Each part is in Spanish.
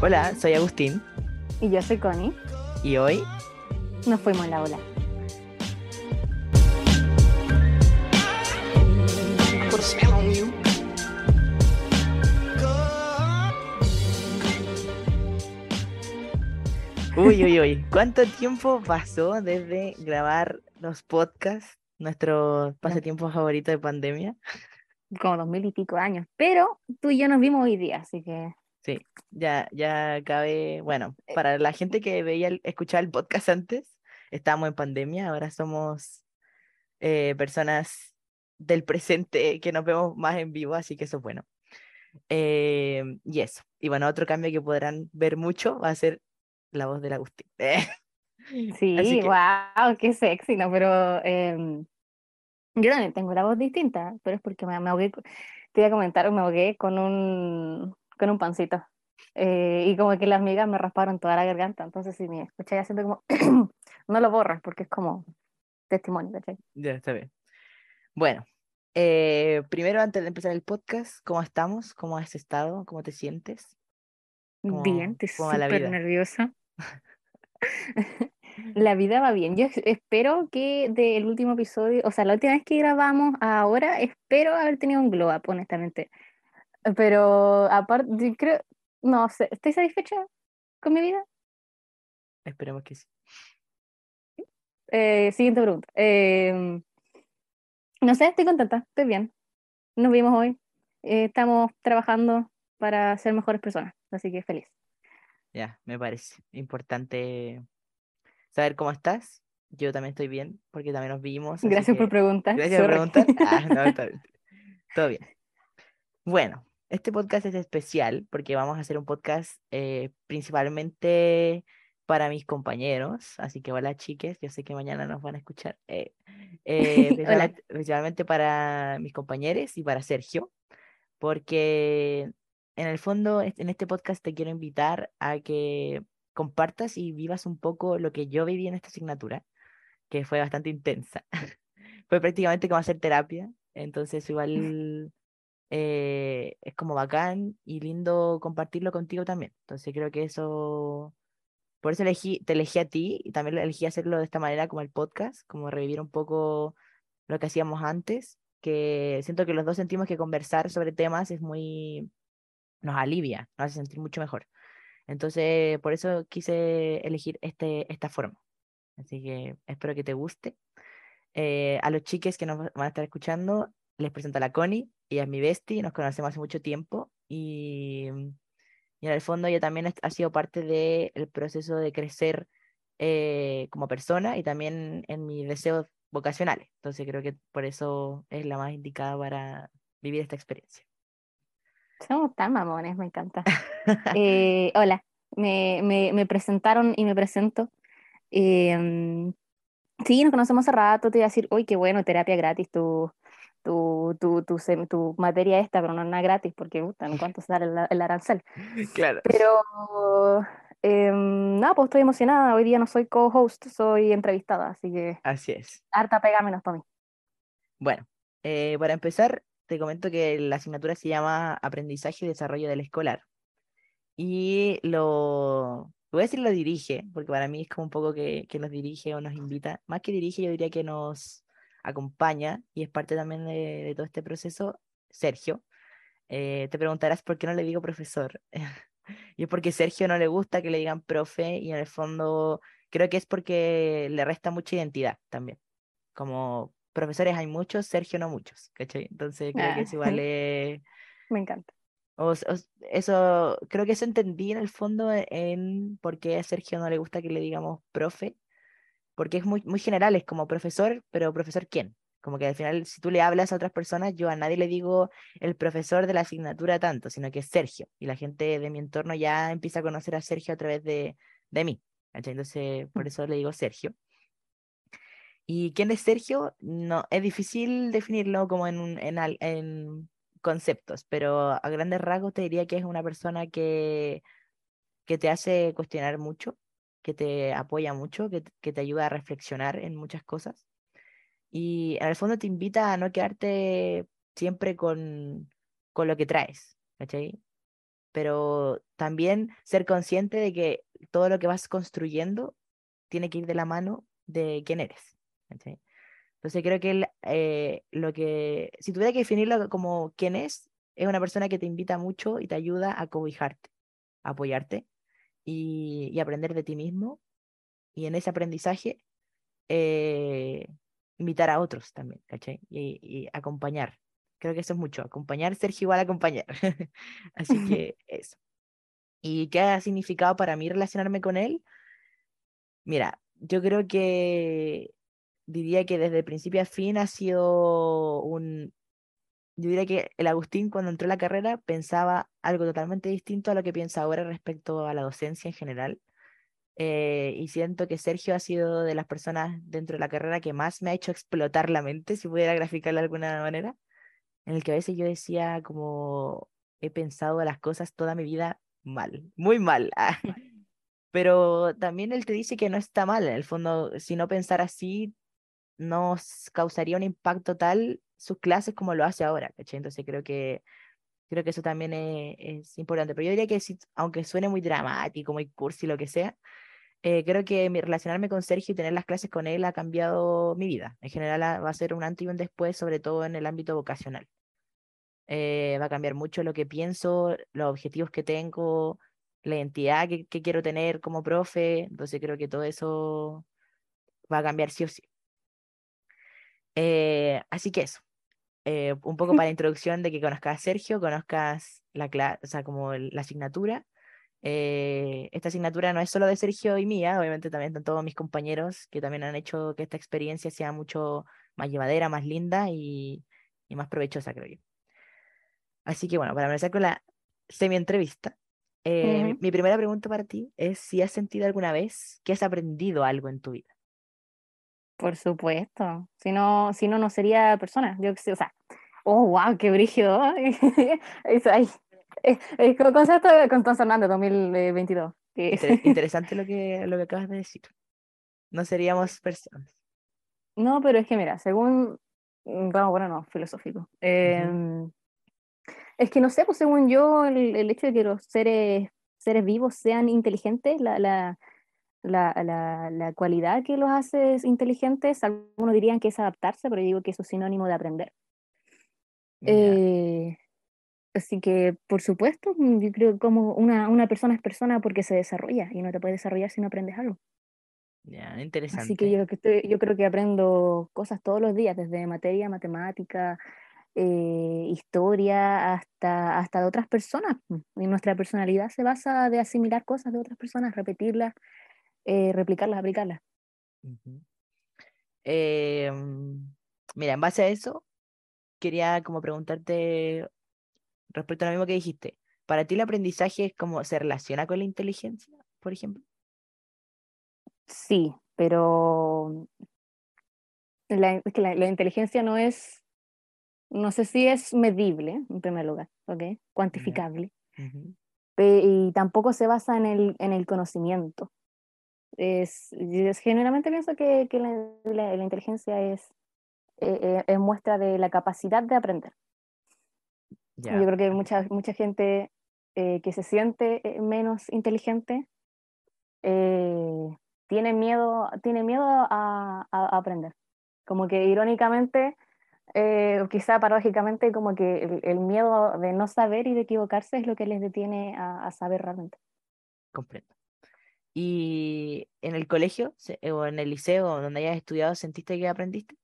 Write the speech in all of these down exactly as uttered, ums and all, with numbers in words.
Hola, soy Agustín Y yo soy Connie. y hoy Nos fuimos en la ola. Put a spell on you. Uy, uy, uy. ¿Cuánto tiempo pasó desde grabar los podcasts, nuestro No, pasatiempo favorito de pandemia? como dos mil y pico años. Pero tú y yo nos vimos hoy día, así que Sí, ya, ya cabe. Bueno, eh, para la gente que veía, el- escuchaba el podcast antes, estábamos en pandemia, ahora somos eh, personas del presente que nos vemos más en vivo, así que eso es bueno. Eh, y eso. Y bueno, otro cambio que podrán ver mucho va a ser la voz del Agustín. Así sí, que, wow, qué sexy, ¿no? Pero em, yo también tengo la voz distinta, pero es porque me, me ahogué, co- te iba a comentar, me ahogué con un, con un pancito. Eh, y como que las migas me rasparon toda la garganta, entonces si me escucháis haciendo como, no lo borras porque es como testimonio, ¿cachai? ya está bien. Bueno, eh, primero antes de empezar el podcast, ¿cómo estamos? ¿Cómo has estado? ¿Cómo te sientes? Bien, ¿Cómo, estoy cómo va la súper vida? nerviosa. La vida va bien. Yo ex- espero que del último episodio, o sea, la última vez que grabamos a ahora, espero haber tenido un glow up, honestamente. Pero aparte, yo creo, no sé, ¿estoy satisfecha con mi vida? Esperemos que sí. Eh, siguiente pregunta. Eh, no sé, estoy contenta, estoy bien. Nos vimos hoy. Eh, estamos trabajando para ser mejores personas, así que feliz. Ya, me parece importante saber cómo estás. Yo también estoy bien, porque también nos vimos, así Gracias por que preguntar, gracias por sorry. preguntar. Ah, no, está bien. Todo bien. Bueno, este podcast es especial porque vamos a hacer un podcast eh, principalmente para mis compañeros, así que hola chiques, yo sé que mañana nos van a escuchar, eh, eh, Hola. principalmente, principalmente para mis compañeros y para Sergio, porque en el fondo es- en este podcast te quiero invitar a que compartas y vivas un poco lo que yo viví en esta asignatura, que fue bastante intensa. Fue prácticamente como hacer terapia, entonces igual eh, es como bacán y lindo compartirlo contigo también. Entonces creo que eso, por eso elegí, te elegí a ti y también elegí hacerlo de esta manera como el podcast, como revivir un poco lo que hacíamos antes, que siento que los dos sentimos que conversar sobre temas es muy, nos alivia, nos hace sentir mucho mejor. Entonces, por eso quise elegir este, esta forma. Así que espero que te guste. Eh, a los chiques que nos van a estar escuchando, les presento a la Connie. Ella es mi bestie, nos conocemos hace mucho tiempo y, y en el fondo ella también es- ha sido parte del proceso de crecer eh, como persona y también en mis deseos vocacionales. Entonces creo que por eso es la más indicada para vivir esta experiencia. Somos tan mamones, me encanta. Eh, hola, me, me, me presentaron y me presento. Eh, sí, nos conocemos hace rato, te iba a decir, uy, qué bueno, terapia gratis, tu, tu, tu, tu, sem- tu materia esta, pero no es nada gratis porque, puta, ¿en cuánto sale el, el arancel? Claro, Pero, eh, nada, pues estoy emocionada, hoy día no soy co-host, soy entrevistada, así que así es. harta pega menos para mí. Bueno, eh, para empezar, te comento que la asignatura se llama Aprendizaje y Desarrollo del Escolar. Y lo, voy a decir lo dirige, porque para mí es como un poco que, que nos dirige o nos invita. Más que dirige, yo diría que nos acompaña y es parte también de, de todo este proceso, Sergio. Eh, te preguntarás por qué no le digo profesor. Y es porque Sergio no le gusta que le digan profe y en el fondo creo que es porque le resta mucha identidad también. Como profesores hay muchos, Sergio no muchos, ¿cachai? Entonces creo que Ah, eso igual es me encanta. o, s- o s- eso, creo que eso entendí en el fondo e- en por qué a Sergio no le gusta que le digamos profe, porque es muy, muy general, es como profesor, pero profesor ¿quién? Como que al final, si tú le hablas a otras personas, yo a nadie le digo el profesor de la asignatura tanto, sino que es Sergio. Y la gente de mi entorno ya empieza a conocer a Sergio a través de, de mí. ¿Cachai? Entonces, por eso le digo Sergio. ¿Y quién es Sergio? No, es difícil definirlo como en, un- en, al- en conceptos, pero a grandes rasgos te diría que es una persona que, que te hace cuestionar mucho, que te apoya mucho, que, t- que te ayuda a reflexionar en muchas cosas. Y en el fondo te invita a no quedarte siempre con, con lo que traes, ¿cachai? pero también ser consciente de que todo lo que vas construyendo tiene que ir de la mano de quién eres. ¿Cachai? Entonces creo que, el, eh, lo que, si tuviera que definirlo como quién es, es una persona que te invita mucho y te ayuda a cobijarte, a apoyarte y, y aprender de ti mismo. Y en ese aprendizaje, eh, invitar a otros también, ¿cachai? Y, y acompañar. Creo que eso es mucho, acompañar, Sergio igual a acompañar. Así que eso. ¿Y qué ha significado para mí relacionarme con él? Mira, yo creo que diría que desde principio a fin ha sido un... Yo diría que el Agustín cuando entró a la carrera pensaba algo totalmente distinto a lo que piensa ahora respecto a la docencia en general. Eh, y siento que Sergio ha sido de las personas dentro de la carrera que más me ha hecho explotar la mente, si pudiera graficarlo de alguna manera, en el que a veces yo decía como he pensado las cosas toda mi vida mal, muy mal. ah. Pero también él te dice que no está mal, en el fondo, si no pensara así, no s- causaría un impacto tal sus clases como lo hace ahora, ¿cachai? Entonces creo que, creo que eso también es, es importante. Pero yo diría que si, aunque suene muy dramático, muy cursi, lo que sea, eh, creo que mi- relacionarme con Sergio y tener las clases con él ha cambiado mi vida. En general ah, va a ser un antes y un después, sobre todo en el ámbito vocacional. Eh, va a cambiar mucho lo que pienso, los objetivos que tengo, la identidad que, que quiero tener como profe. Entonces creo que todo eso va a cambiar sí o sí. Eh, así que eso. Eh, un poco para introducción de que conozcas a Sergio, conozcas la clase, o sea, como el- la asignatura. Eh, esta asignatura no es solo de Sergio y mía, obviamente también están todos mis compañeros que también han hecho que esta experiencia sea mucho más llevadera, más linda y, y más provechosa, creo yo. Así que bueno, para empezar con la semi-entrevista, eh, mi, Ujú. mi primera pregunta para ti es si has sentido alguna vez que has aprendido algo en tu vida. Por supuesto. Si no, si no, no sería persona. Yo que sé, o sea, oh, wow, qué brígido. Es ahí. Es, es como concepto de Constanza Hernández dos mil veintidós. que- Inter- interesante lo que, lo que acabas de decir. No seríamos personas. No, pero es que mira, según, mm, vamos, bueno, no, filosófico. Ujú. Em, es que no sé, pues según yo, el, el hecho de que los seres, seres vivos sean inteligentes, la, la, la, la, la cualidad que los hace inteligentes, algunos dirían que es adaptarse, pero yo digo que eso es sinónimo de aprender. Ya, Eh, Así que, por supuesto, mm, yo creo que como una, una persona es persona porque se desarrolla y no te puedes desarrollar si no aprendes algo. ya, Así que interesante. yo, que estoy, yo creo que aprendo cosas todos los días, desde materia, matemática, eh, historia, hasta, hasta de otras personas. mm. Y nuestra personalidad se basa de asimilar cosas de otras personas, repetirlas, eh, replicarlas, aplicarlas. Ujú. Eh, mm, Mira, en base a eso, quería como preguntarte respecto a lo mismo que dijiste. ¿Para ti el aprendizaje es como se relaciona con la inteligencia, por ejemplo? Sí, pero la, es que la, la inteligencia no es, no sé si es medible, en primer lugar, ¿ok? Ya. Cuantificable. Ujú. Pe- y tampoco se basa en el, en el conocimiento. Es, yo genuinamente pienso que, que la, la- la inteligencia es, eh, eh, es muestra de la capacidad de aprender. Yo Ya. creo que mucha, mucha gente eh, que se siente eh, menos inteligente eh, tiene miedo, tiene miedo a, a- a aprender. Como que irónicamente, eh, o quizá paradójicamente, como que el, el miedo de no saber y de equivocarse es lo que les detiene a, a saber realmente. Comprendo. ¿Y en el colegio se- o en el liceo donde hayas estudiado, sentiste que aprendiste?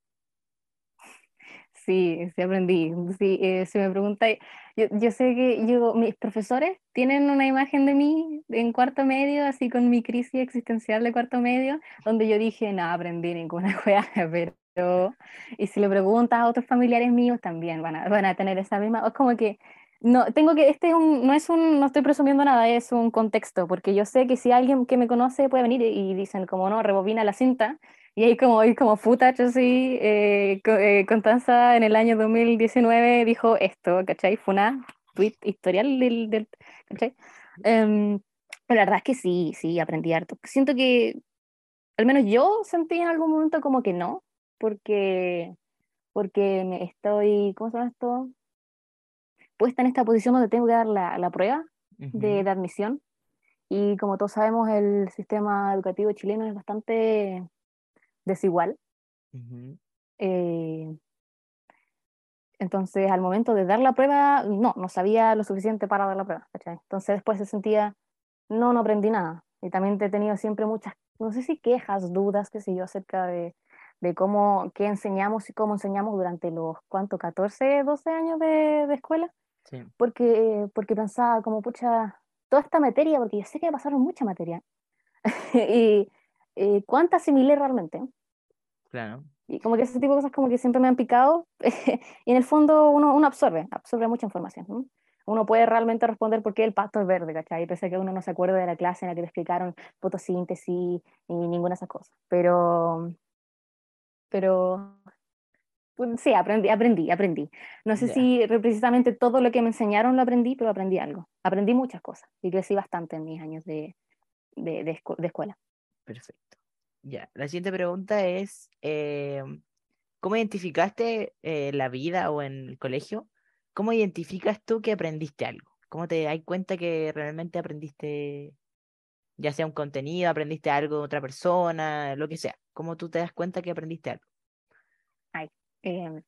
Sí, sí aprendí. Sí, eh, si me pregunta, yo, yo sé que yo, mis profesores tienen una imagen de mí en cuarto medio, así con mi crisis existencial de cuarto medio, donde yo dije, no aprendí ninguna wea, pero, y si le preguntas a otros familiares míos, también van a, van a tener esa misma, es como que, no, tengo que, este es un, no es un, no estoy presumiendo nada, es un contexto, porque yo sé que si alguien que me conoce puede venir y dicen como, no, rebobina la cinta, y ahí como, ahí como footage así, eh, Co- eh, Constanza en el año dos mil diecinueve dijo esto, ¿cachai? Fue una tweet historial del, del ¿cachai? Em, pero la verdad es que sí, sí, aprendí harto. Siento que, al menos yo sentí en algún momento como que no, porque, porque me estoy, ¿cómo se llama esto? Puesta en esta posición donde tengo que dar la, la prueba de, Ujú, de admisión. Y como todos sabemos, el sistema educativo chileno es bastante desigual. ujú. Eh, entonces, al momento de dar la prueba, no, no sabía lo suficiente para dar la prueba, ¿cachai? Entonces después se sentía, no, no aprendí nada. Y también he tenido siempre muchas, no sé si quejas, dudas, qué sé yo, acerca de, de cómo, qué enseñamos y cómo enseñamos durante los, ¿cuánto? catorce doce años de, de escuela. Sí, Porque, porque pensaba como, pucha, toda esta materia, porque yo sé que pasaron mucha materia, y eh, cuánta asimilé realmente. claro. Y como que ese tipo de cosas como que siempre me han picado, y en el fondo uno, uno absorbe, absorbe mucha información, ¿no? Uno puede realmente responder por qué el pasto es verde, ¿cachai? Pese a que uno no se acuerde de la clase en la que te explicaron fotosíntesis y ninguna de esas cosas. Pero, pero pues, sí, aprendí, aprendí, aprendí. No sé Ya, si re- precisamente todo lo que me enseñaron lo aprendí, pero aprendí algo. Aprendí muchas cosas y crecí bastante en mis años de, de, de escu- de escuela. perfecto. Ya, la siguiente pregunta es, eh, ¿cómo identificaste eh, la vida o en el colegio? ¿Cómo identificas tú que aprendiste algo? ¿Cómo te das cuenta que realmente aprendiste, ya sea un contenido, aprendiste algo de otra persona, lo que sea? ¿Cómo tú te das cuenta que aprendiste algo? Ay, eh,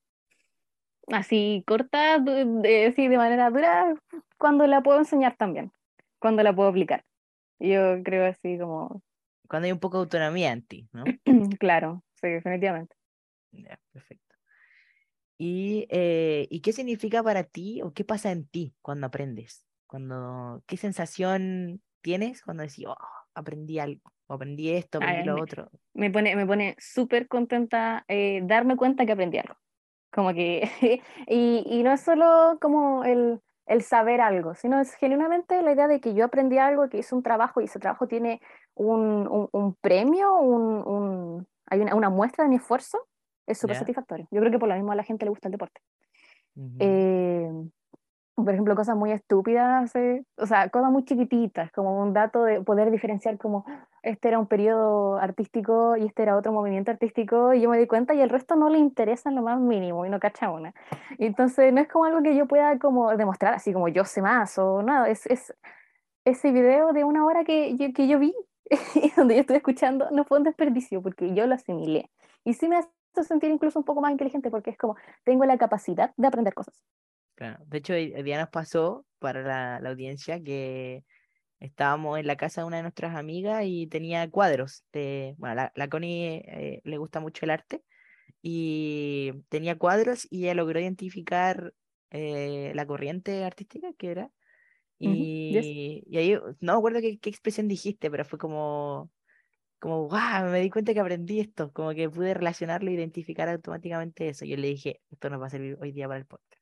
así corta, du- de, sí, de manera dura, cuando la puedo enseñar también, cuando la puedo aplicar. Yo creo así como, Cuando hay un poco de autonomía en ti, ¿no? claro, sí, definitivamente. Ya, perfecto. ¿Y, eh, ¿y qué significa para ti o qué pasa en ti cuando aprendes? Cuando, ¿qué sensación tienes cuando decís, oh, aprendí algo, o aprendí esto, aprendí Ay, lo me, otro? me pone, me pone súper contenta eh, darme cuenta que aprendí algo. Como que, y, y no es solo como el, el saber algo, sino es genuinamente la idea de que yo aprendí algo, que hice un trabajo y ese trabajo tiene un, un, un premio, un, un- hay una, una muestra de mi esfuerzo, es súper ¿Ya? satisfactorio. Yo creo que por lo mismo a la gente le gusta el deporte. Ujú. Eh, por ejemplo, cosas muy estúpidas, eh, o sea, cosas muy chiquititas, como un dato de poder diferenciar como este era un periodo artístico y este era otro movimiento artístico, y yo me di cuenta y el resto no le interesa en lo más mínimo y no cacha una. Y entonces no es como algo que yo pueda como demostrar así como yo sé más o nada, es, es ese video de una hora que yo, que yo vi y donde yo estoy escuchando no fue un desperdicio porque yo lo asimilé. Y sí me hace sentir incluso un poco más inteligente porque es como tengo la capacidad de aprender cosas. Claro. De hecho, hoy hoy día nos pasó para la, la audiencia que estábamos en la casa de una de nuestras amigas y tenía cuadros de, bueno, la, la Connie eh, le gusta mucho el arte y tenía cuadros y ella logró identificar eh, la corriente artística que era. Ujú, yes. Y, y ahí, no me acuerdo qué, qué expresión dijiste, pero fue como, como, wow, me di cuenta que aprendí esto, como que pude relacionarlo e identificar automáticamente eso. Yo le dije, esto nos va a servir hoy día para el podcast.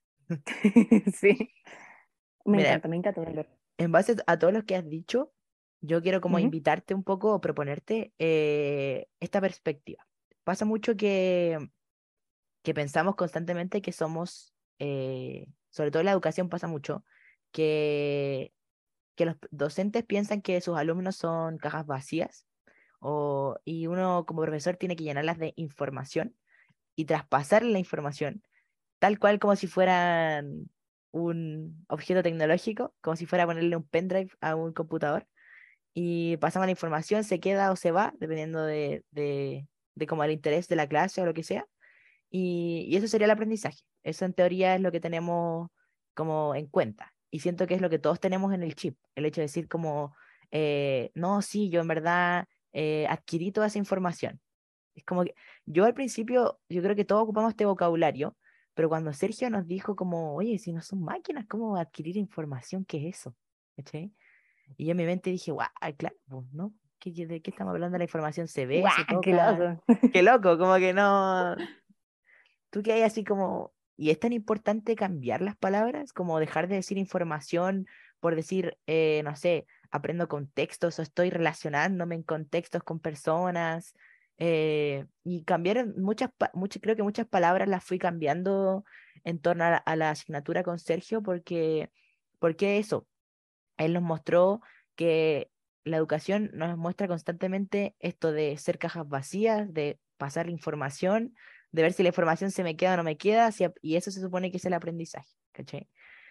Sí, me Mira, encanta, me encanta aprender. en base a todo lo que has dicho, yo quiero como Ujú, invitarte un poco o proponerte eh, esta perspectiva. Pasa mucho que, que pensamos constantemente que somos, eh, sobre todo en la educación pasa mucho, que, que los docentes piensan que sus alumnos son cajas vacías o, y uno como profesor tiene que llenarlas de información y traspasar la información tal cual como si fueran un objeto tecnológico, como si fuera ponerle un pendrive a un computador y pasamos la información, se queda o se va, dependiendo de, de, de como el interés de la clase o lo que sea. Y, y eso sería el aprendizaje. Eso en teoría es lo que tenemos como en cuenta. Y siento que es lo que todos tenemos en el chip. El hecho de decir como, eh, no, sí, yo en verdad eh, adquirí toda esa información. Es como que yo al principio, yo creo que todos ocupamos este vocabulario, pero cuando Sergio nos dijo como, oye, si no son máquinas, ¿cómo adquirir información? ¿Qué es eso? ¿Cachai? Y yo en mi mente dije, guau, claro, pues, ¿no? ¿Qué, qué- de qué estamos hablando? La información se ve, se ¡Guau, qué toca. loco! Qué loco, como que no. Tú que hay así como. Y es tan importante cambiar las palabras, como dejar de decir información por decir, eh, no sé, aprendo contextos o estoy relacionándome en contextos con personas. eh, y cambiar muchas, pa- muchas, creo que muchas palabras las fui cambiando en torno a la, a la asignatura con Sergio porque, porque eso, él nos mostró que la educación nos muestra constantemente esto de ser cajas vacías, de pasar la información, de ver si la información se me queda o no me queda, si ap- y eso se supone que es el aprendizaje, ¿cachai?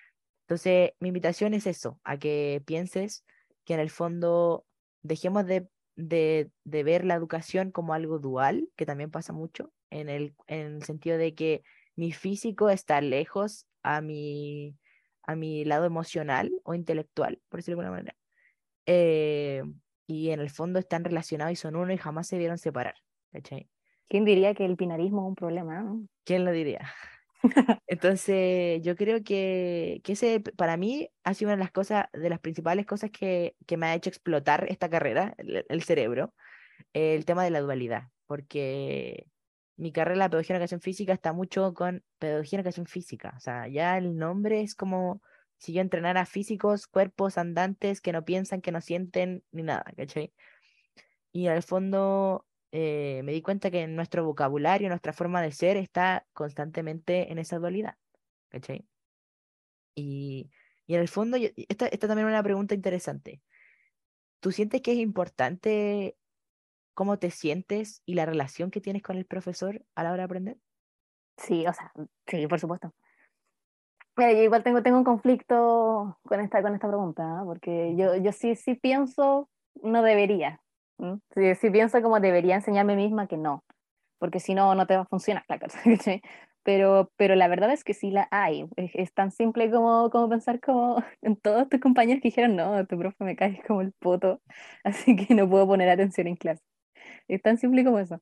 Entonces, mi invitación es eso, a que pienses que en el fondo dejemos de, de, de ver la educación como algo dual, que también pasa mucho, en el, en el sentido de que mi físico está lejos a mi, a mi lado emocional o intelectual, por decirlo de alguna manera. Eh, y en el fondo están relacionados y son uno y jamás se vieron separar. ¿Cachai? ¿Quién diría que el binarismo es un problema, ¿no? ¿Quién lo diría? Entonces, yo creo que, que ese para mí ha sido una de las cosas, de las principales cosas que, que me ha hecho explotar esta carrera, el, el cerebro, eh, el tema de la dualidad, porque mi carrera, la pedagogía en educación física, está mucho con pedagogía en educación física. O sea, ya el nombre es como si yo entrenara físicos, cuerpos andantes que no piensan, que no sienten ni nada, ¿cachai? Y al fondo eh, me di cuenta que nuestro vocabulario, nuestra forma de ser está constantemente en esa dualidad, ¿cachai? Y, y en el fondo, yo- esta, esta también es una pregunta interesante. ¿Tú sientes que es importante cómo te sientes y la relación que tienes con el profesor a la hora de aprender? Sí, o sea, sí, por supuesto. Mira, yo igual tengo, tengo un conflicto con esta, con esta pregunta, ¿ah? Porque yo, yo sí, sí pienso, no debería. ¿M? Sí, sí pienso como debería enseñarme misma que no, porque si no, no te va a funcionar la cosa. ¿Cachai? Pero, pero la verdad es que sí la hay. Es, es tan simple como, como pensar como en todos tus compañeros que dijeron, no, tu profe me cae como el poto, así que no puedo poner atención en clase. Es tan simple como eso.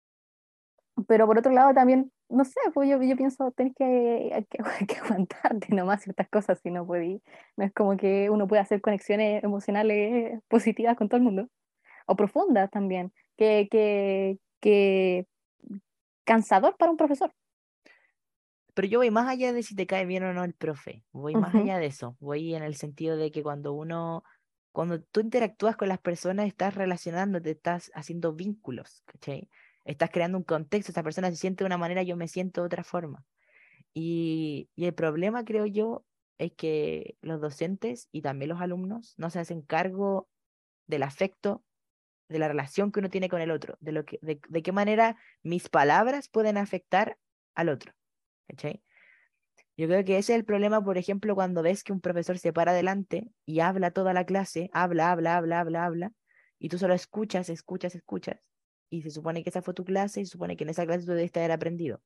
Pero por otro lado también, no sé, pues yo, yo pienso, tenés que, que, que aguantarte nomás ciertas cosas si no podí. No es como que uno pueda hacer conexiones emocionales positivas con todo el mundo, o profundas también, que, que, que cansador para un profesor. Pero yo voy más allá de si te cae bien o no el profe. Voy más Ujú. allá de eso. Voy en el sentido de que cuando uno, cuando tú interactúas con las personas, estás relacionándote, estás haciendo vínculos, ¿cachai? Estás creando un contexto. Esta persona se siente de una manera, yo me siento de otra forma. Y, y el problema, creo yo, es que los docentes y también los alumnos no se hacen cargo del afecto, de la relación que uno tiene con el otro, de lo que, de, de qué manera mis palabras pueden afectar al otro. ¿Cachai? Yo creo que ese es el problema, por ejemplo, cuando ves que un profesor se para adelante y habla toda la clase, habla, habla, habla, habla, habla, y tú solo escuchas, escuchas, escuchas, y se supone que esa fue tu clase, y se supone que en esa clase tú debiste haber aprendido.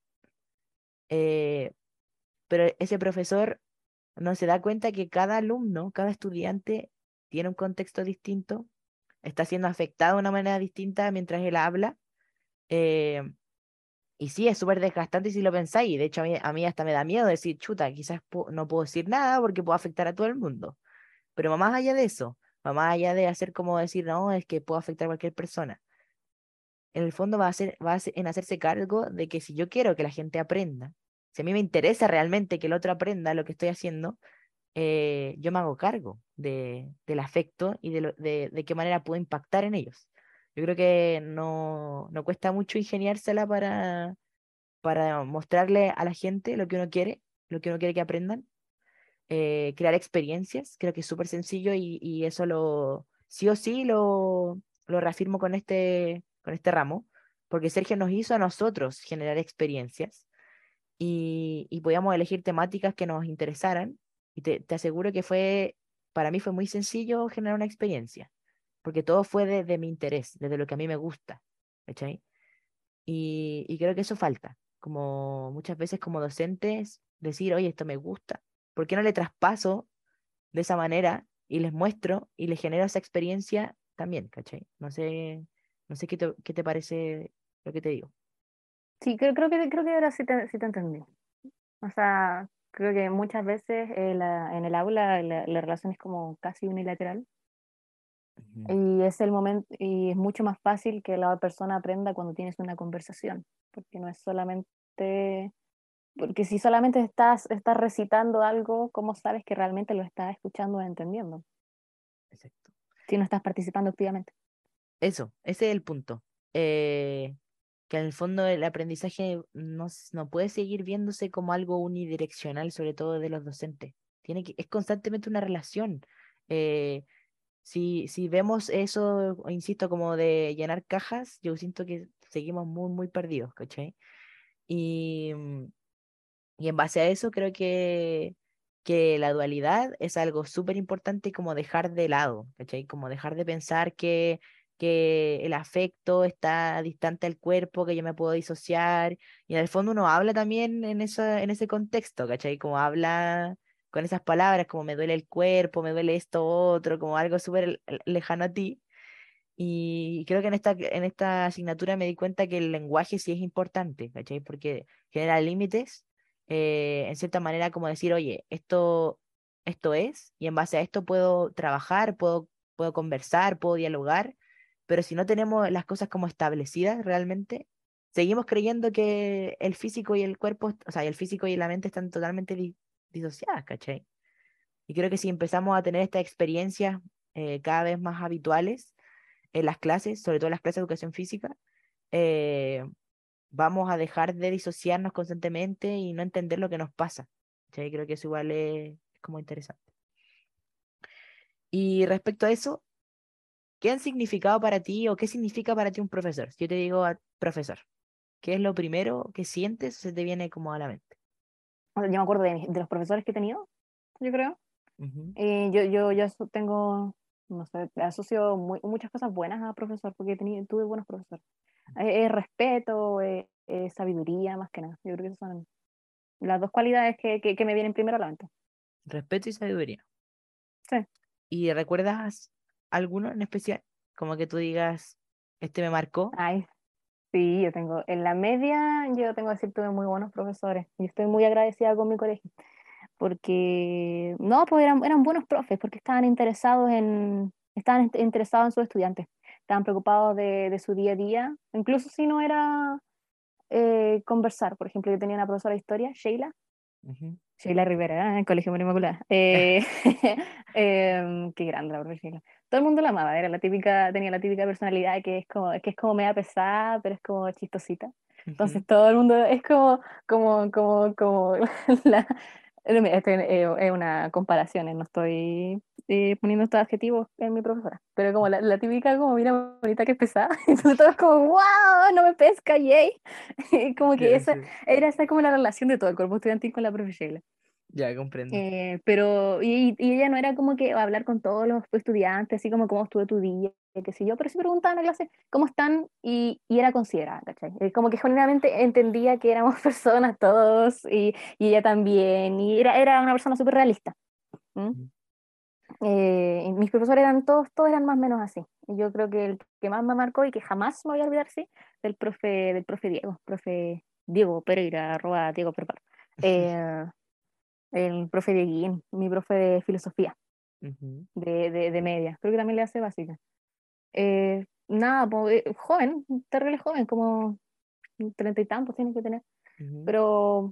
Eh, pero ese profesor no se da cuenta que cada alumno, cada estudiante tiene un contexto distinto, está siendo afectado de una manera distinta mientras él habla. eh, Y sí, es súper desgastante si lo pensáis. Y de hecho, a mí, a mí hasta me da miedo decir, chuta, quizás pu- no puedo decir nada porque puedo afectar a todo el mundo. Pero va más allá de eso, va más allá de hacer como decir, no, es que puedo afectar a cualquier persona. En el fondo va a ser, va a ser en hacerse cargo de que si yo quiero que la gente aprenda, si a mí me interesa realmente que el otro aprenda lo que estoy haciendo, eh, yo me hago cargo de, del afecto y de, lo- de, de qué manera puedo impactar en ellos. Yo creo que no, no cuesta mucho ingeniársela para para mostrarle a la gente lo que uno quiere, lo que uno quiere que aprendan, eh, crear experiencias, creo que es súper sencillo y, y eso lo, sí o sí lo, lo reafirmo con este, con este ramo, porque Sergio nos hizo a nosotros generar experiencias y, y podíamos elegir temáticas que nos interesaran y te, te aseguro que fue, para mí fue muy sencillo generar una experiencia, porque todo fue de, de mi interés, desde lo que a mí me gusta, ¿cachai? Y, y creo que eso falta, como muchas veces como docentes, decir, oye, esto me gusta, ¿por qué no le traspaso de esa manera y les muestro y les genero esa experiencia también? ¿Cachai? No sé, no sé qué te, qué te parece lo que te digo. Sí, creo, creo que, creo que ahora sí te, sí te entendí. O sea, creo que muchas veces eh, la- en el aula la, la relación es como casi unilateral. Ujú. Y es el momento, y es mucho más fácil que la persona aprenda cuando tienes una conversación, porque no es solamente, porque si solamente estás, estás recitando algo, ¿cómo sabes que realmente lo estás escuchando o entendiendo? Exacto. Si no estás participando activamente. Eso, ese es el punto. Eh, que en el fondo el aprendizaje no, s- no puede seguir viéndose como algo unidireccional, sobre todo de los docentes. Tiene que, es constantemente una relación. Eh, Si, si vemos eso, insisto, como de llenar cajas, yo siento que seguimos muy, muy perdidos, ¿cachai? Y, mm, y en base a eso creo que, que la dualidad es algo súper importante como dejar de lado, ¿cachai? Como dejar de pensar que, que el afecto está distante al cuerpo, que yo me puedo disociar, y en el fondo uno habla también en eso, en ese contexto, ¿cachai? Como habla con esas palabras, como me duele el cuerpo, me duele esto otro, como algo súper le- lejano a ti. Y creo que en esta, en esta asignatura me di cuenta que el lenguaje sí es importante, ¿cachai? Porque genera límites, eh, en cierta manera como decir, oye, esto, esto es, y en base a esto puedo trabajar, puedo, puedo conversar, puedo dialogar, pero si no tenemos las cosas como establecidas realmente, seguimos creyendo que el físico y el cuerpo, o sea, el físico y la mente están totalmente di- disociadas, ¿cachai? Y creo que si empezamos a tener estas experiencias eh, cada vez más habituales, en las clases, sobre todo en las clases de educación física, eh, vamos a dejar de disociarnos constantemente y no entender lo que nos pasa. ¿Sí? Creo que eso igual es, es como interesante. Y respecto a eso, ¿qué han significado para ti o qué significa para ti un profesor? Si yo te digo a- profesor, ¿qué es lo primero que sientes o se te viene como a la mente? O sea, yo me acuerdo de, de los profesores que he tenido, yo creo. Ujú, Eh, yo, yo, yo aso- tengo, no sé, asocio muy- muchas cosas buenas a profesor, porque he tenido, tuve buenos profesores. Eh, eh, respeto, eh, eh, sabiduría, más que nada. Yo creo que esas son las dos cualidades que, que, que me vienen primero a la mente. respeto y sabiduría. Sí. ¿Y recuerdas alguno en especial? Como que tú digas, este me marcó. Ay, sí, yo tengo, en la media, yo tengo que decir, tuve muy buenos profesores. Yo estoy muy agradecida con mi colegio, porque, no, pues eran, eran buenos profes, porque estaban interesados en, estaban int- interesados en sus estudiantes, estaban preocupados de, de su día a día, incluso si no era eh, conversar. Por ejemplo, yo tenía una profesora de historia, Sheila, Ujú. Sheila Rivera, ¿eh? En Colegio María Inmaculada. Eh, em, qué grande la profe Sheila. Todo el mundo la amaba, era la típica, tenía la típica personalidad que es como, que es como media pesada, pero es como chistosita. Ujú. Entonces todo el mundo es como, como, como, como la, este, eh, es una comparación, eh, no estoy eh, poniendo estos adjetivos en mi profesora, pero como la, la típica como mira bonita que es pesada, entonces todos como, wow, no me pesca, yay. Como que Ya, esa sí. era esa como la relación de todo el cuerpo estudiantil con la profe Sheila. Ya comprendo. Eh, pero, y, y ella no era como que hablar con todos los estudiantes, así como cómo estuvo tu día, qué sé yo, pero sí preguntaba en la clase cómo están y, y era considerada, ¿cachai? Eh, Como que genuinamente entendía que éramos personas todos y, y ella también, y era, era una persona súper realista. ¿M? Ujú. Eh, y mis profesores eran todos, todos eran más o menos así. Y yo creo que el que más me marcó y que jamás me voy a olvidar, sí, del profe, del profe Diego, profe Diego Pereira, arroba Diego Preparo. Eh, el profe Dieguín, mi profe de filosofía, Ujú, de, de, de media, creo que también le hace básica. Eh, nada, po, eh, joven, terrible joven, como treinta y tantos tiene que tener, ujú, pero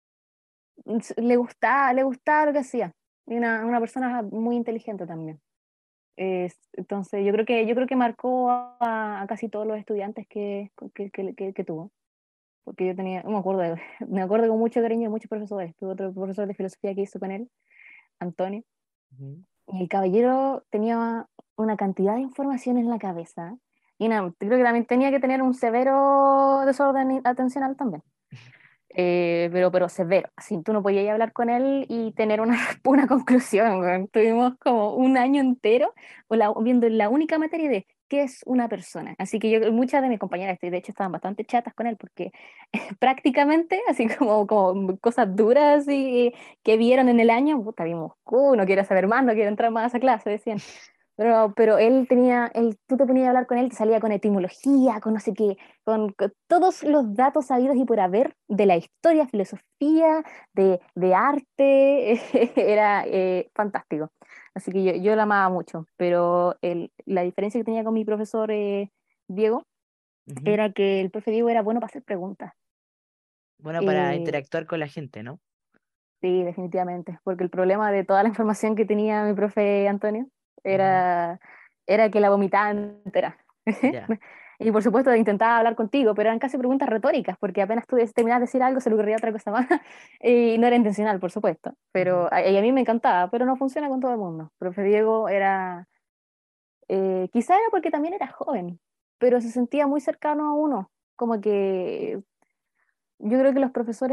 s- le gustaba, le gustaba lo que hacía. Y una, una persona muy inteligente también. Es- entonces, yo creo que, yo creo que marcó a, a casi todos los estudiantes que, que, que, que- que tuvo. Porque yo tenía, no me acuerdo, de- me acuerdo con mucho cariño de muchos profesores. Tuve otro profesor de filosofía que hizo con él, Antonio. ujú. Y el caballero tenía una cantidad de información en la cabeza. Y nada, creo que también tenía que tener un severo desorden atencional también. Eh, pero, pero severo. Así tú no podías hablar con él y tener una, una conclusión. Weón. Tuvimos como un año entero o la- viendo la única materia de qué es una persona. Así que yo, muchas de mis compañeras, de hecho, estaban bastante chatas con él porque prácticamente, así como, como cosas duras y que vieron en el año, puta, vimos, uh, no quiero saber más, no quiero entrar más a esa clase, decían. Pero, pero él tenía, él, tú te ponías a hablar con él, te salía con etimología, con no sé qué, con, con todos los datos sabidos y por haber de la historia, filosofía, de, de arte, era eh, fantástico. Así que yo, yo lo amaba mucho, pero el, la diferencia que tenía con mi profesor eh, Diego Ujú. era que el profe Diego era bueno para hacer preguntas. Bueno, para Eh, interactuar con la gente, ¿no? sí, definitivamente, porque el problema de toda la información que tenía mi profe Antonio Ujú. era, era que la vomitaba entera. Ya. Y por supuesto intentaba hablar contigo, pero eran casi preguntas retóricas, porque apenas tú terminabas de decir algo, se le ocurría otra cosa más, y no era intencional, por supuesto, Ujú. pero a, y a mí me encantaba, pero no funciona con todo el mundo. Profe Diego era, eh, quizá era porque también era joven, pero se sentía muy cercano a uno, como que yo creo que los profesores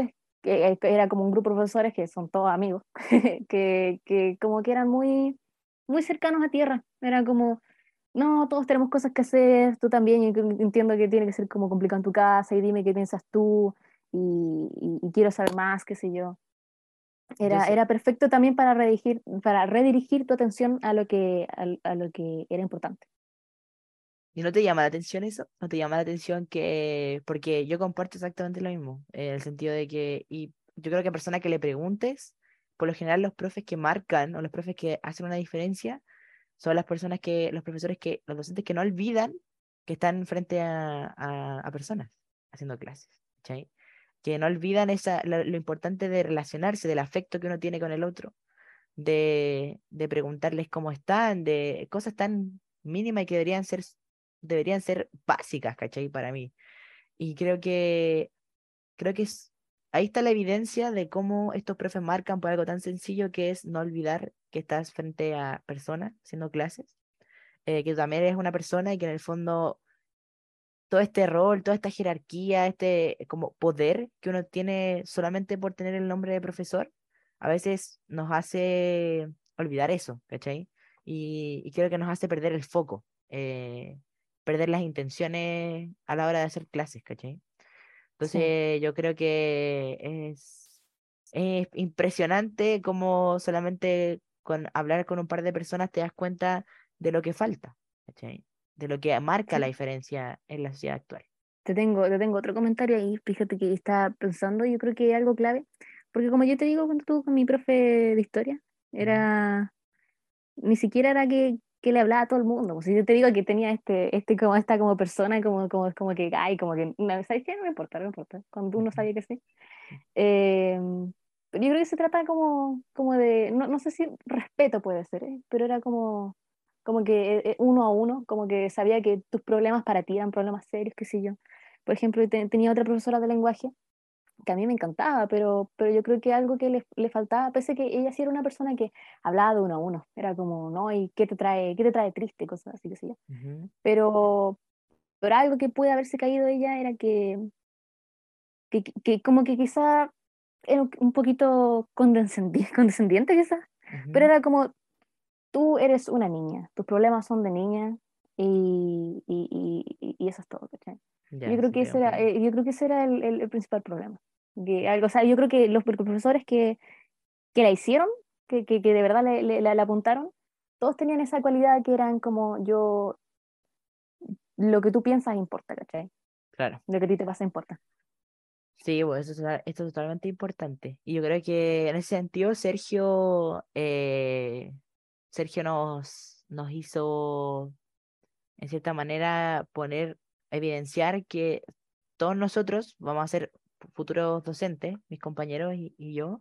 que eh, que era como un grupo de profesores que son todos amigos, que, que como que eran muy, muy cercanos a tierra. Era como, no, todos tenemos cosas que hacer, tú también, y que- entiendo que tiene que ser como complicado en tu casa, y dime qué piensas tú, y, y- y quiero saber más, qué sé yo. Yo Era, sé. era perfecto también para redirigir, para redirigir tu atención a lo que, al- a, lo que era importante. ¿Y no te llama la atención eso? ¿No te llama la atención que...? Porque yo comparto exactamente lo mismo, en el sentido de que, y yo creo que a persona que le preguntes, por lo general los profes que marcan o los profes que hacen una diferencia son las personas que, los profesores que, los docentes que no olvidan que están frente a, a, a personas haciendo clases, ¿cachai? Que no olvidan esa, lo, lo importante de relacionarse, del afecto que uno tiene con el otro, de, de preguntarles cómo están, de cosas tan mínimas y que deberían ser, deberían ser básicas, ¿cachai? Para mí. Y creo que, creo que es, ahí está la evidencia de cómo estos profes marcan por algo tan sencillo que es no olvidar que estás frente a personas haciendo clases, eh, que también eres una persona y que en el fondo todo este rol, toda esta jerarquía, este como poder que uno tiene solamente por tener el nombre de profesor, a veces nos hace olvidar eso, ¿cachai? Y, y creo que nos hace perder el foco, eh, perder las intenciones a la hora de hacer clases, ¿cachai? Sí. Entonces yo creo que es, es impresionante cómo solamente con hablar con un par de personas te das cuenta de lo que falta, ¿cachai? De lo que marca la Sí. diferencia en la sociedad actual. Te tengo, te tengo otro comentario ahí, fíjate que estaba pensando, yo creo que hay algo clave, porque como yo te digo, cuando estuve con mi profe de historia, Ujú, era, ni siquiera era que, que le hablaba a todo el mundo, pues si yo te digo que tenía este, este como esta como persona, como, como, como que, ay, como que, no, ¿sabes qué? No me importa, no me importa, cuando uno ujú, sabía que sí. Eh, pero yo creo que se trata como, como de, no, no sé si respeto puede ser, ¿eh? Pero era como, como que eh, eh, uno a uno, como que sabía que tus problemas para ti eran problemas serios, qué sé yo. Por ejemplo, te- tenía otra profesora de lenguaje que a mí me encantaba, pero, pero yo creo que algo que le, le faltaba, pese a que ella sí era una persona que hablaba de uno a uno, era como, ¿no? ¿Y qué te trae, qué te trae triste? Cosas así, qué sé yo. ujú. Pero, pero algo que puede haberse caído de ella era que, que, que como que quizá era un un poquito condescendiente, condescendiente quizás, pero Ujú. era como, tú eres una niña, tus problemas son de niña y, y, y, y eso es todo, ¿cachai? Yo Ya, creo sí que te ese era, comprendo. eh, yo creo que ese era el, el- el principal problema. Que algo, o sea, yo creo que los, los profesores que, que la hicieron, que, que, que de verdad le, le- la, la apuntaron, todos tenían esa cualidad que eran como yo, lo que tú piensas importa, ¿cachai? Claro. Lo que a ti te pasa importa. Sí, pues eso es, total- esto es totalmente importante. Y yo creo que en ese sentido Sergio, eh, Sergio nos, nos hizo, en cierta manera, poner, evidenciar que todos nosotros vamos a ser futuros docentes, mis compañeros y, y yo.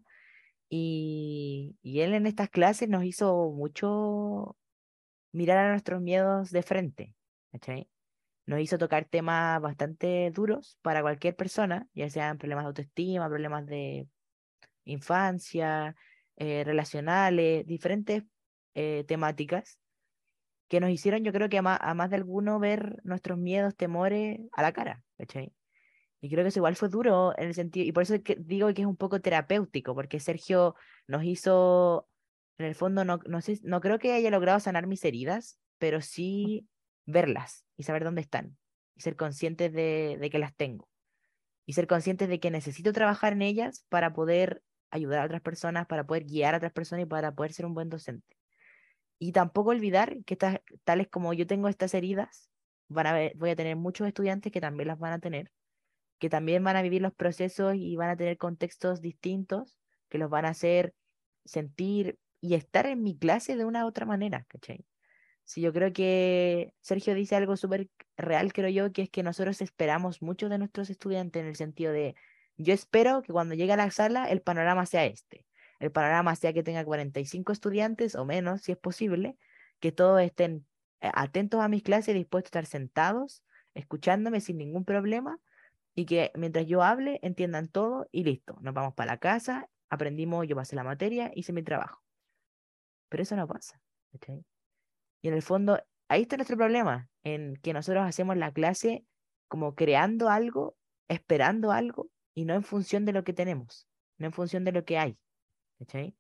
Y, y él en estas clases nos hizo mucho mirar a nuestros miedos de frente, ¿cachai? Nos hizo tocar temas bastante duros para cualquier persona, ya sean problemas de autoestima, problemas de infancia, eh, relacionales, diferentes eh, temáticas que nos hicieron, yo creo que a más, a más de alguno ver nuestros miedos, temores a la cara, ¿cachai? Y creo que eso igual fue duro en el sentido, y por eso es que digo que es un poco terapéutico, porque Sergio nos hizo, en el fondo, no, no sé, no creo que haya logrado sanar mis heridas, pero sí verlas y saber dónde están, y ser conscientes de, de que las tengo, y ser conscientes de que necesito trabajar en ellas para poder ayudar a otras personas, para poder guiar a otras personas y para poder ser un buen docente. Y tampoco olvidar que estas, tales como yo tengo estas heridas, van a ver, voy a tener muchos estudiantes que también las van a tener, que también van a vivir los procesos y van a tener contextos distintos que los van a hacer sentir y estar en mi clase de una u otra manera, ¿cachai? Sí, yo creo que Sergio dice algo súper real, creo yo, que es que nosotros esperamos mucho de nuestros estudiantes en el sentido de, yo espero que cuando llegue a la sala el panorama sea este. El panorama sea que tenga cuarenta y cinco estudiantes o menos, si es posible, que todos estén eh, atentos a mis clases, dispuestos a estar sentados, escuchándome sin ningún problema y que mientras yo hable entiendan todo y listo. Nos vamos para la casa, aprendimos, yo pasé la materia, hice mi trabajo. Pero eso no pasa, ¿cachai? Y en el fondo, ahí está nuestro problema, en que nosotros hacemos la clase como creando algo, esperando algo y no en función de lo que tenemos. no en función de lo que hay, ¿cachai?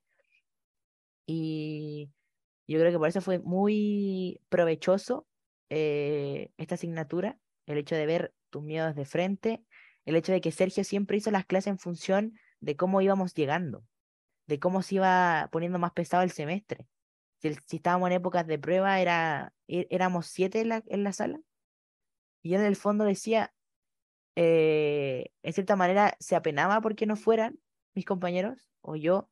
Y yo creo que por eso fue muy provechoso eh, esta asignatura, el hecho de ver tus miedos de frente, el hecho de que Sergio siempre hizo las clases en función de cómo íbamos llegando, de cómo se iba poniendo más pesado el semestre. Si, el- si estábamos en épocas de prueba, era, é- éramos siete en la, en la sala, y él en el fondo decía, eh, en cierta manera, se apenaba porque no fueran mis compañeros o yo,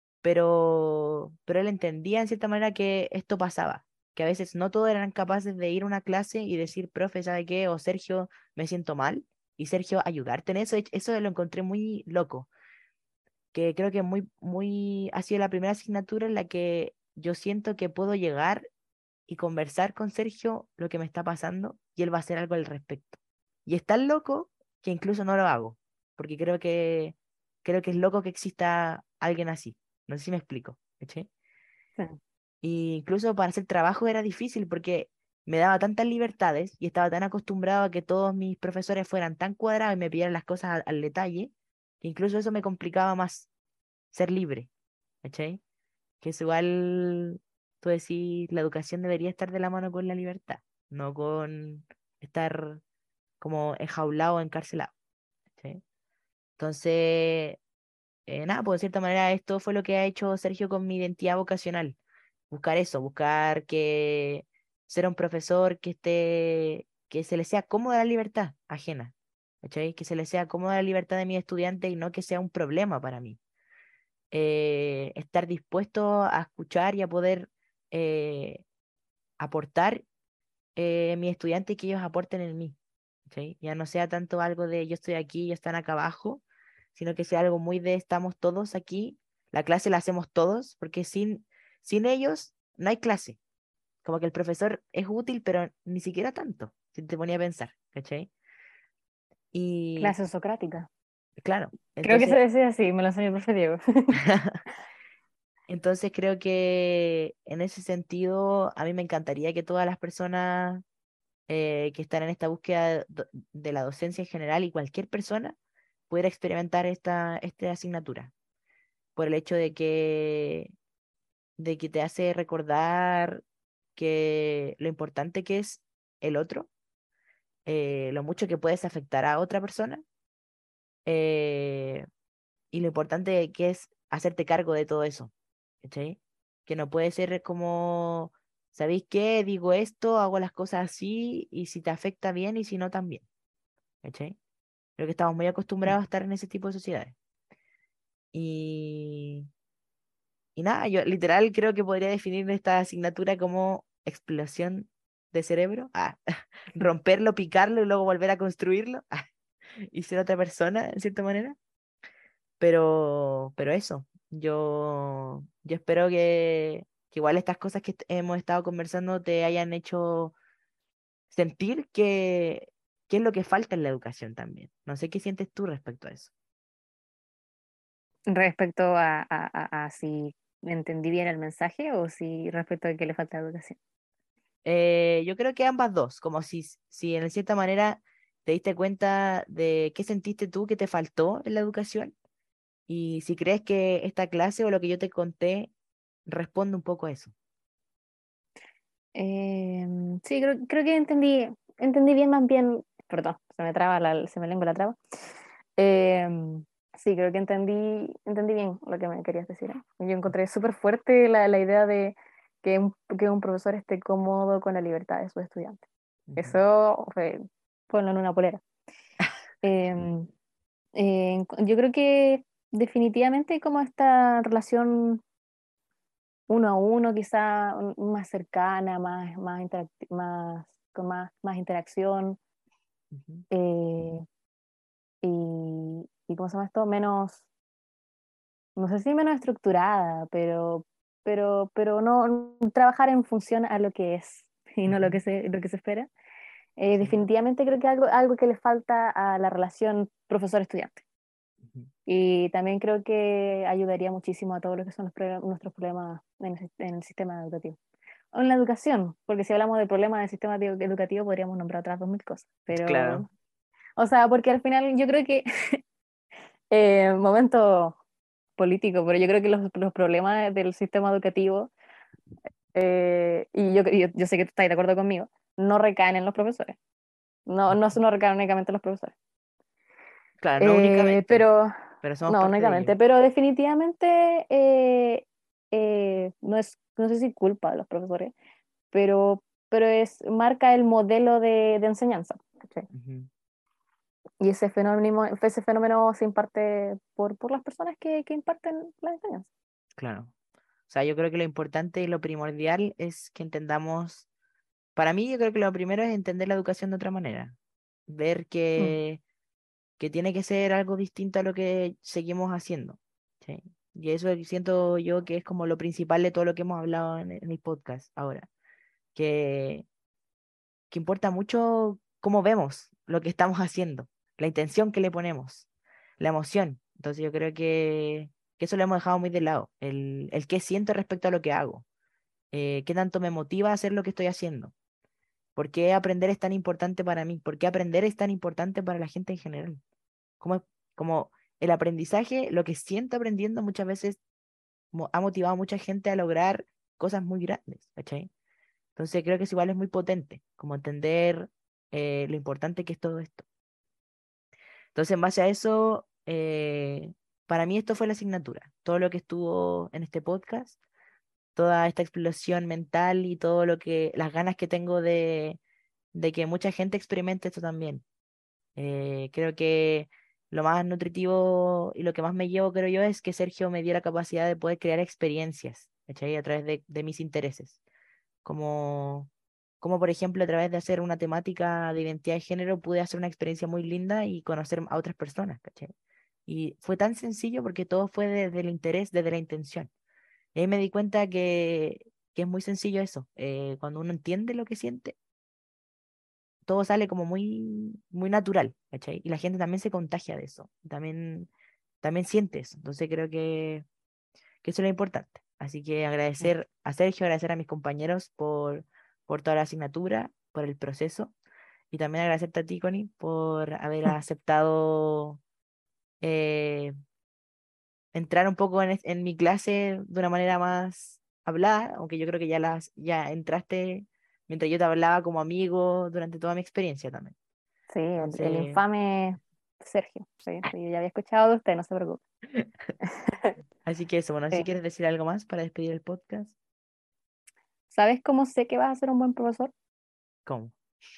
pero, pero él entendía en cierta manera que esto pasaba, que a veces no todos eran capaces de ir a una clase y decir, profe, ¿sabe qué? O Sergio, me siento mal, y Sergio, ayudarte en eso. Eso lo encontré muy loco, que creo que muy, muy, ha sido la primera asignatura en la que yo siento que puedo llegar y conversar con Sergio lo que me está pasando y él va a hacer algo al respecto. Y es tan loco que incluso no lo hago, porque creo que, creo que es loco que exista alguien así. No sé si me explico, ¿cachai? Sí. Y incluso para hacer trabajo era difícil porque me daba tantas libertades y estaba tan acostumbrado a que todos mis profesores fueran tan cuadrados y me pidieran las cosas al, al detalle, que incluso eso me complicaba más ser libre, ¿cachai? Que es igual, tú decís, la educación debería estar de la mano con la libertad, no con estar como enjaulado o encarcelado, ¿cachai? Entonces, eh, nada, pues de cierta manera esto fue lo que ha hecho Sergio con mi identidad vocacional. Buscar eso, buscar que ser un profesor que esté, que se le sea cómoda la libertad ajena, ¿cachai? Que se le sea cómoda la libertad de mis estudiantes y no que sea un problema para mí. Eh, estar dispuesto a escuchar y a poder eh, aportar eh, en mis estudiantes y que ellos aporten en mí, ¿cachai? Ya no sea tanto algo de yo estoy aquí y ellos están acá abajo, sino que sea algo muy de estamos todos aquí, la clase la hacemos todos, porque sin, sin ellos no hay clase. Como que el profesor es útil, pero ni siquiera tanto, si te ponía a pensar, ¿cachai? Y Clase socrática. claro, Creo que se entonces, decía así, me lo enseñó el profe Diego. entonces creo que en ese sentido a mí me encantaría que todas las personas eh, que están en esta búsqueda do- de la docencia en general y cualquier persona pudiera experimentar esta, esta asignatura, por el hecho de que, de que te hace recordar que lo importante que es el otro, eh, lo mucho que puedes afectar a otra persona, eh, y lo importante que es hacerte cargo de todo eso, ¿cachai? Que no puede ser como, ¿sabéis qué? Digo esto, hago las cosas así, y si te afecta bien y si no también, ¿cachai? Creo que estamos muy acostumbrados a estar en ese tipo de sociedades. Y, y nada, yo literal creo que podría definir esta asignatura como explosión de cerebro. Ah, romperlo, picarlo y luego volver a construirlo. Ah, y ser otra persona, en cierta manera. Pero, pero eso, yo, yo espero que, que igual estas cosas que est- hemos estado conversando te hayan hecho sentir que, qué es lo que falta en la educación también. No sé qué sientes tú respecto a eso. Respecto a, a, a, a si entendí bien el mensaje o si respecto a que le falta educación. Eh, yo creo que ambas dos, como si, si en cierta manera te diste cuenta de qué sentiste tú que te faltó en la educación y si crees que esta clase o lo que yo te conté responde un poco a eso. Eh, sí, creo, creo que entendí, entendí bien más bien, perdón, se me traba la, se me lengua la traba. Eh, sí, creo que entendí, entendí bien lo que me querías decir. ¿Eh? Yo encontré súper fuerte la, la idea de que un, que un profesor esté cómodo con la libertad de sus estudiantes. Ujú, Eso fue, ponlo en una polera. Eh, eh, yo creo que definitivamente como esta relación uno a uno, quizá un- más cercana, más, más, interacti- más, con más, más interacción, ujú. eh, y, y ¿cómo se llama esto? Menos, no sé si menos estructurada, pero, pero, pero no no trabajar en función a lo que es y no lo Ujú, que se, lo que se espera. Eh, sí, definitivamente creo que algo, algo que le falta a la relación profesor-estudiante. ujú, Y también creo que ayudaría muchísimo a todos los que son los pro- nuestros problemas en el, sis- en el sistema educativo. O en la educación, porque si hablamos de problemas del sistema edu- educativo podríamos nombrar otras dos mil cosas. claro. Pero, o sea, porque al final yo creo que, eh, momento político, pero yo creo que los, los problemas del sistema educativo, eh, y yo, yo, yo sé que tú estás de acuerdo conmigo, no recaen en los profesores. No, no, no recaen únicamente en los profesores. Claro, no Eh, únicamente, pero, pero somos no, parte de ello. únicamente, pero definitivamente eh, eh, no es, no sé si culpa de los profesores, pero, pero es, marca el modelo de, de enseñanza. ¿Cachai? Ujú, Y ese fenómeno, ese fenómeno se imparte por, por las personas que, que imparten la enseñanza. claro. O sea, yo creo que lo importante y lo primordial es que entendamos, para mí yo creo que lo primero es entender la educación de otra manera, ver Mm, que, que tiene que ser algo distinto a lo que seguimos haciendo. ¿Sí? Y eso siento yo que es como lo principal de todo lo que hemos hablado en, en el podcast ahora, que, que importa mucho cómo vemos lo que estamos haciendo, la intención que le ponemos, la emoción. Entonces yo creo que, que eso lo hemos dejado muy de lado, el, el qué siento respecto a lo que hago, eh, qué tanto me motiva a hacer lo que estoy haciendo, por qué aprender es tan importante para mí, por qué aprender es tan importante para la gente en general. Como, como el aprendizaje, lo que siento aprendiendo muchas veces mo- ha motivado a mucha gente a lograr cosas muy grandes, ¿cachai? Entonces creo que es igual es muy potente, como entender eh, lo importante que es todo esto. Entonces, en base a eso, eh, para mí esto fue la asignatura. Todo lo que estuvo en este podcast, toda esta explosión mental y todo lo que, las ganas que tengo de, de que mucha gente experimente esto también. Eh, creo que lo más nutritivo y lo que más me llevo, creo yo, es que Sergio me dio la capacidad de poder crear experiencias, ¿cachai? A través de, de mis intereses. Como, como por ejemplo a través de hacer una temática de identidad de género pude hacer una experiencia muy linda y conocer a otras personas, ¿cachai? Y fue tan sencillo porque todo fue desde el interés, desde la intención. Y ahí me di cuenta que, que es muy sencillo eso. Eh, cuando uno entiende lo que siente, todo sale como muy, muy natural, ¿cachai? Y la gente también se contagia de eso. También, también siente eso. Entonces creo que, que eso es lo importante. Así que mm. agradecer a Sergio, agradecer a mis compañeros por, por toda la asignatura, por el proceso. Y también agradecerte a ti, Connie, por haber aceptado eh, entrar un poco en, es- en mi clase de una manera más hablada, aunque yo creo que ya, las, ya entraste mientras yo te hablaba como amigo durante toda mi experiencia también. Sí, el, el Entonces, infame Sergio. Sí, sí, yo ya había escuchado de usted, no se preocupe. así que eso, bueno, si Sí. quieres decir algo más para despedir el podcast, ¿Sabes cómo sé que vas a ser un buen profesor? ¿cómo?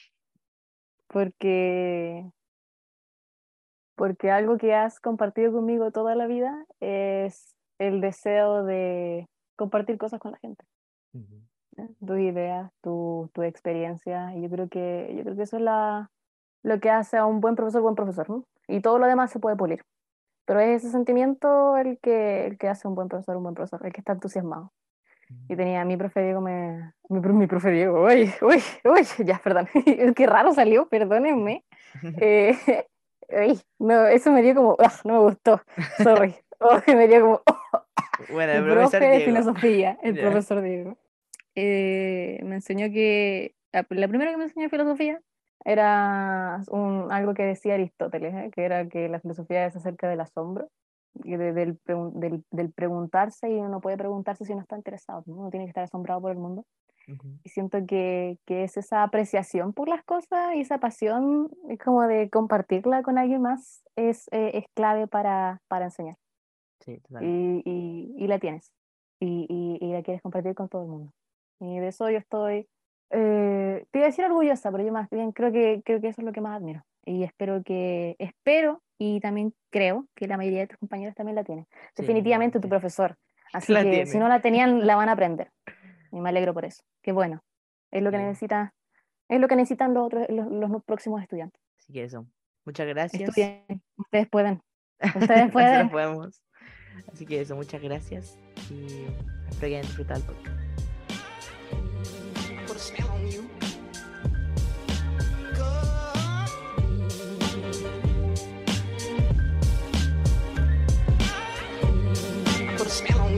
Porque, porque algo que has compartido conmigo toda la vida es el deseo de compartir cosas con la gente. Ujú. ¿Eh? Tus ideas, tu, tu experiencia. Y yo creo que, yo creo que eso es la, lo que hace a un buen profesor buen profesor, ¿no? Y todo lo demás se puede pulir. Pero es ese sentimiento el que, el que hace un buen profesor un buen profesor, el que está entusiasmado. Y tenía mi profe Diego, me, mi, pro- mi profe Diego, uy, uy, uy, ya, perdón, qué raro salió, perdónenme. Eh, uy, no, eso me dio como, ah, no me gustó, sorry. Uy, me dio como, Bueno, mi el profe profesor de Diego. filosofía, el Ya. profesor Diego, eh, me enseñó que, la la primera que me enseñó filosofía era un, algo que decía Aristóteles, ¿eh? Que era que la filosofía es acerca del asombro, y de- del, pregun- del, del preguntarse, y uno puede preguntarse si no está interesado, ¿no? Uno tiene que estar asombrado por el mundo. Ujú. Y siento que, que es esa apreciación por las cosas y esa pasión, es como de compartirla con alguien más, es, eh, es clave para, para enseñar. Sí, totalmente. Y, y, y la tienes. Y, y, y la quieres compartir con todo el mundo. Y de eso yo estoy, eh, te iba a decir orgullosa, pero yo más bien creo que, creo que eso es lo que más admiro. Y espero que, espero y también creo que la mayoría de tus compañeros también la tienen. Sí, Definitivamente tu igualmente. profesor. Así La que si no tienen. la tenían, la van a aprender. Y me alegro por eso. Qué bueno. Es lo que Sí. necesita, es lo que necesitan los otros, los, los próximos estudiantes. Así que eso. Muchas gracias. Estudien. Ustedes pueden. Ustedes Nosotros pueden. podemos. Así que eso, muchas gracias. Y espero que hayan disfrutado el podcast. Put a spell on you. Put a spell on you.